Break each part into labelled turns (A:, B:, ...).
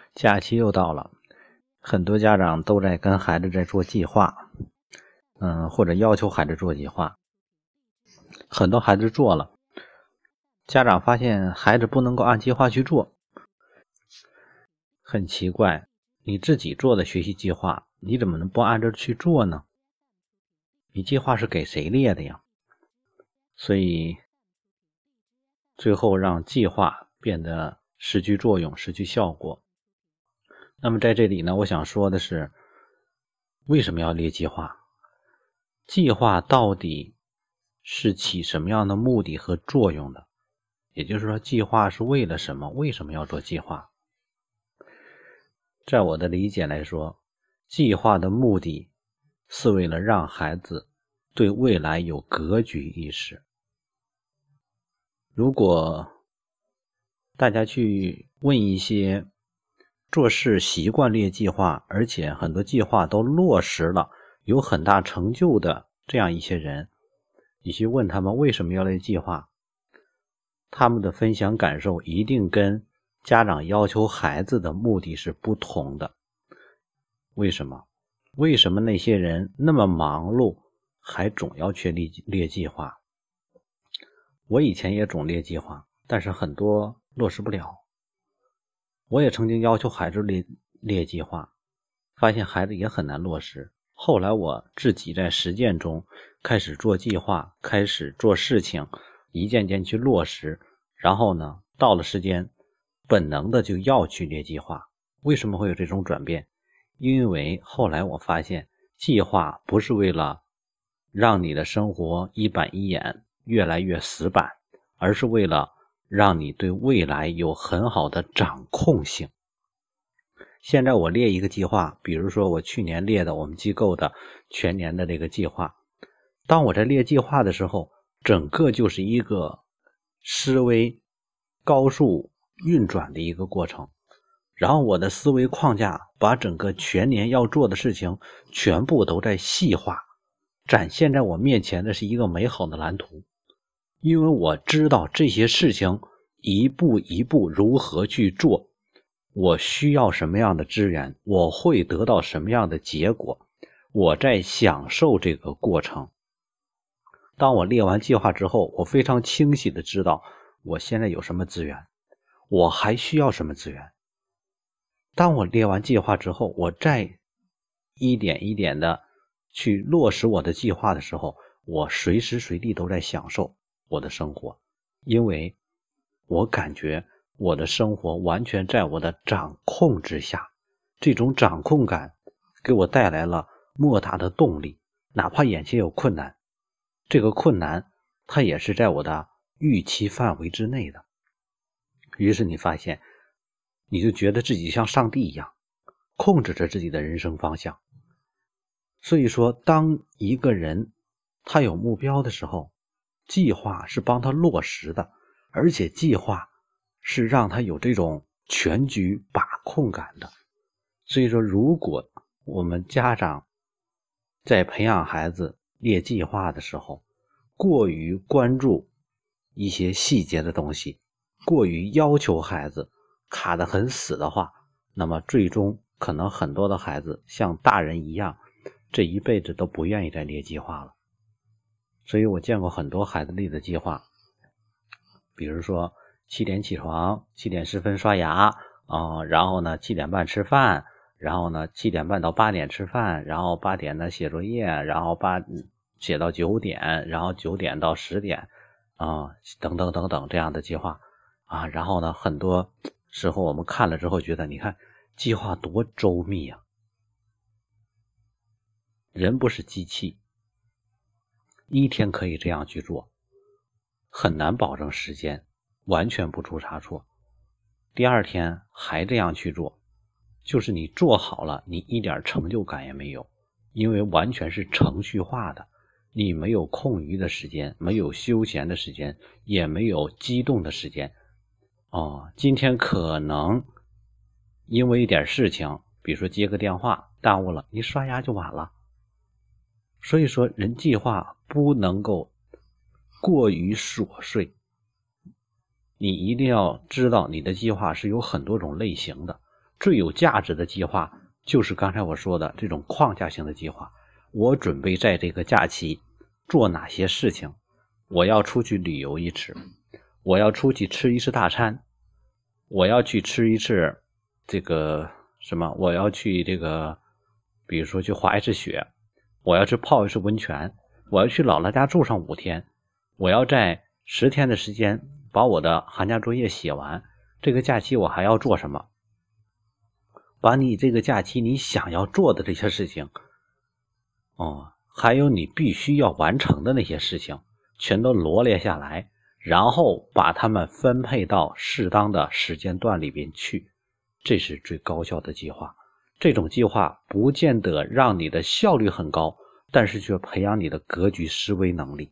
A: 假期又到了，很多家长都在跟孩子在做计划，或者要求孩子做计划。很多孩子做了，家长发现孩子不能够按计划去做，很奇怪，你自己做的学习计划，你怎么能不按照去做呢？你计划是给谁列的呀？所以最后让计划变得失去作用，失去效果。那么在这里呢，我想说的是，为什么要列计划？计划到底是起什么样的目的和作用的？也就是说，计划是为了什么？为什么要做计划？在我的理解来说，计划的目的是为了让孩子对未来有格局意识。如果大家去问一些做事习惯列计划，而且很多计划都落实了，有很大成就的这样一些人，你去问他们为什么要列计划，他们的分享感受一定跟家长要求孩子的目的是不同的。为什么？为什么那些人那么忙碌，还总要去列计划？我以前也总列计划，但是很多落实不了。我也曾经要求孩子列计划，发现孩子也很难落实。后来我自己在实践中开始做计划，开始做事情，一件件去落实，然后呢，到了时间本能的就要去列计划。为什么会有这种转变？因为后来我发现计划不是为了让你的生活一板一眼越来越死板，而是为了让你对未来有很好的掌控性。现在我列一个计划，比如说我去年列的我们机构的全年的这个计划，当我在列计划的时候，整个就是一个思维高速运转的一个过程，然后我的思维框架把整个全年要做的事情全部都在细化，展现在我面前的是一个美好的蓝图。因为我知道这些事情一步一步如何去做，我需要什么样的资源，我会得到什么样的结果，我在享受这个过程。当我列完计划之后，我非常清晰的知道我现在有什么资源，我还需要什么资源。当我列完计划之后，我再一点一点的去落实我的计划的时候，我随时随地都在享受我的生活，因为我感觉我的生活完全在我的掌控之下，这种掌控感给我带来了莫大的动力，哪怕眼前有困难，这个困难它也是在我的预期范围之内的。于是你发现，你就觉得自己像上帝一样，控制着自己的人生方向。所以说，当一个人他有目标的时候，计划是帮他落实的，而且计划是让他有这种全局把控感的。所以说，如果我们家长在培养孩子列计划的时候，过于关注一些细节的东西，过于要求孩子卡得很死的话，那么最终可能很多的孩子像大人一样，这一辈子都不愿意再列计划了。所以我见过很多孩子立的计划，比如说7点起床，7点10分刷牙，然后呢7点半吃饭，然后呢7点半到8点吃饭，然后8点呢写作业，然后写到9点，然后9点到10点，等等等等这样的计划啊。然后呢很多时候我们看了之后觉得，你看计划多周密啊！人不是机器，一天可以这样去做，很难保证时间完全不出差错。第二天还这样去做，就是你做好了，你一点成就感也没有，因为完全是程序化的，你没有空余的时间，没有休闲的时间，也没有激动的时间。今天可能因为一点事情，比如说接个电话耽误了，你刷牙就晚了。所以说，人计划不能够过于琐碎，你一定要知道你的计划是有很多种类型的， 最有价值的计划就是刚才我说的这种框架性的计划。我准备在这个假期做哪些事情？我要出去旅游一次，我要出去吃一次大餐，我要去吃一次这个什么，我要去这个比如说去滑一次雪，我要去泡一次温泉，我要去姥姥家住上5天，我要在10天的时间把我的寒假作业写完。这个假期我还要做什么？把你这个假期你想要做的这些事情还有你必须要完成的那些事情全都罗列下来，然后把它们分配到适当的时间段里边去，这是最高效的计划。这种计划不见得让你的效率很高，但是却培养你的格局思维能力。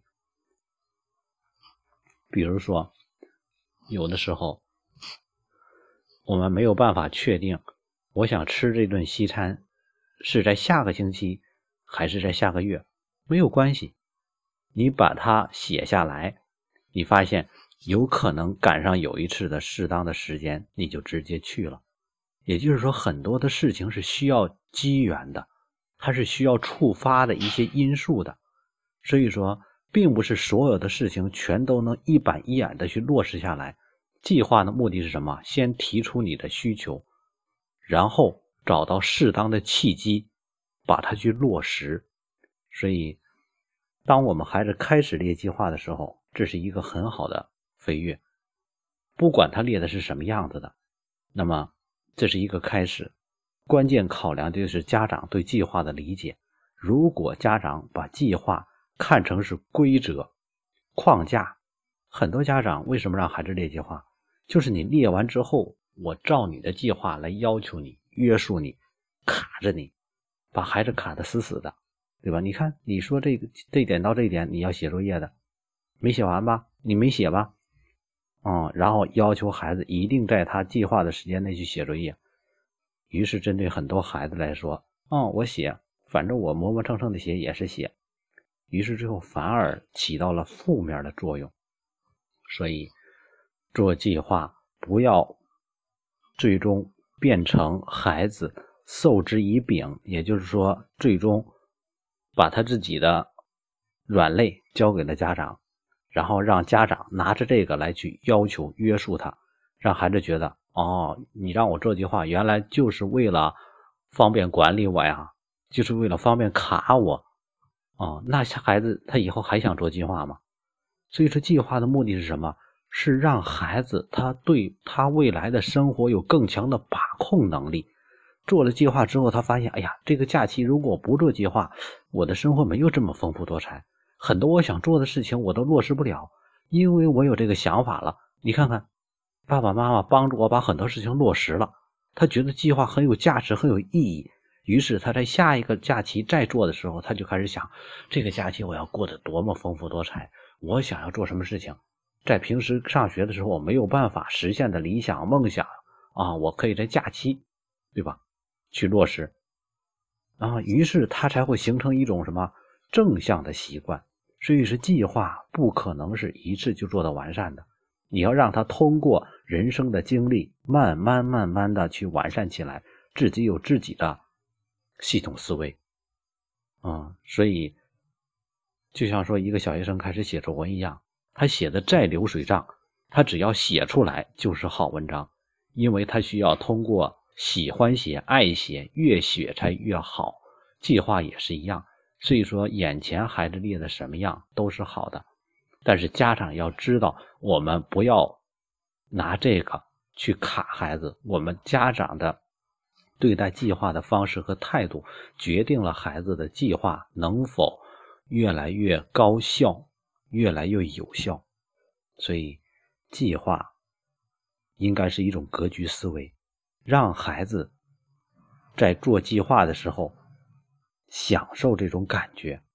A: 比如说有的时候我们没有办法确定我想吃这顿西餐是在下个星期还是在下个月，没有关系，你把它写下来，你发现有可能赶上有一次的适当的时间，你就直接去了。也就是说，很多的事情是需要机缘的，它是需要触发的一些因素的。所以说并不是所有的事情全都能一板一眼的去落实下来。计划的目的是什么？先提出你的需求，然后找到适当的契机把它去落实。所以当我们孩子开始列计划的时候，这是一个很好的飞跃，不管他列的是什么样子的，那么这是一个开始。关键考量的就是家长对计划的理解。如果家长把计划看成是规则框架，很多家长为什么让孩子列计划？就是你列完之后，我照你的计划来要求你，约束你，卡着你，把孩子卡得死死的，对吧？你看你说这点到这一点你要写作业的，没写完吧？你没写吧？然后要求孩子一定在他计划的时间内去写作业。于是针对很多孩子来说，我写，反正我磨磨蹭蹭的写也是写，于是最后反而起到了负面的作用。所以做计划不要最终变成孩子授之以柄，也就是说最终把他自己的软肋交给了家长，然后让家长拿着这个来去要求约束他，让孩子觉得你让我做计划原来就是为了方便管理我呀，就是为了方便卡我那孩子他以后还想做计划吗？所以说计划的目的是什么？是让孩子他对他未来的生活有更强的把控能力。做了计划之后，他发现这个假期如果不做计划，我的生活没有这么丰富多彩，很多我想做的事情我都落实不了，因为我有这个想法了。你看看爸爸妈妈帮助我把很多事情落实了，他觉得计划很有价值很有意义，于是他在下一个假期再做的时候，他就开始想，这个假期我要过得多么丰富多彩，我想要做什么事情，在平时上学的时候我没有办法实现的理想梦想我可以在假期，对吧，去落实于是他才会形成一种什么正向的习惯。所以是计划不可能是一次就做到完善的，你要让他通过人生的经历慢慢的去完善起来，自己有自己的系统思维所以就像说一个小学生开始写作文一样，他写的再流水账，他只要写出来就是好文章，因为他需要通过喜欢写爱写越写才越好。计划也是一样，所以说眼前孩子列的什么样都是好的，但是家长要知道，我们不要拿这个去卡孩子，我们家长的对待计划的方式和态度决定了孩子的计划能否越来越高效，越来越有效。所以计划应该是一种格局思维，让孩子在做计划的时候享受这种感觉，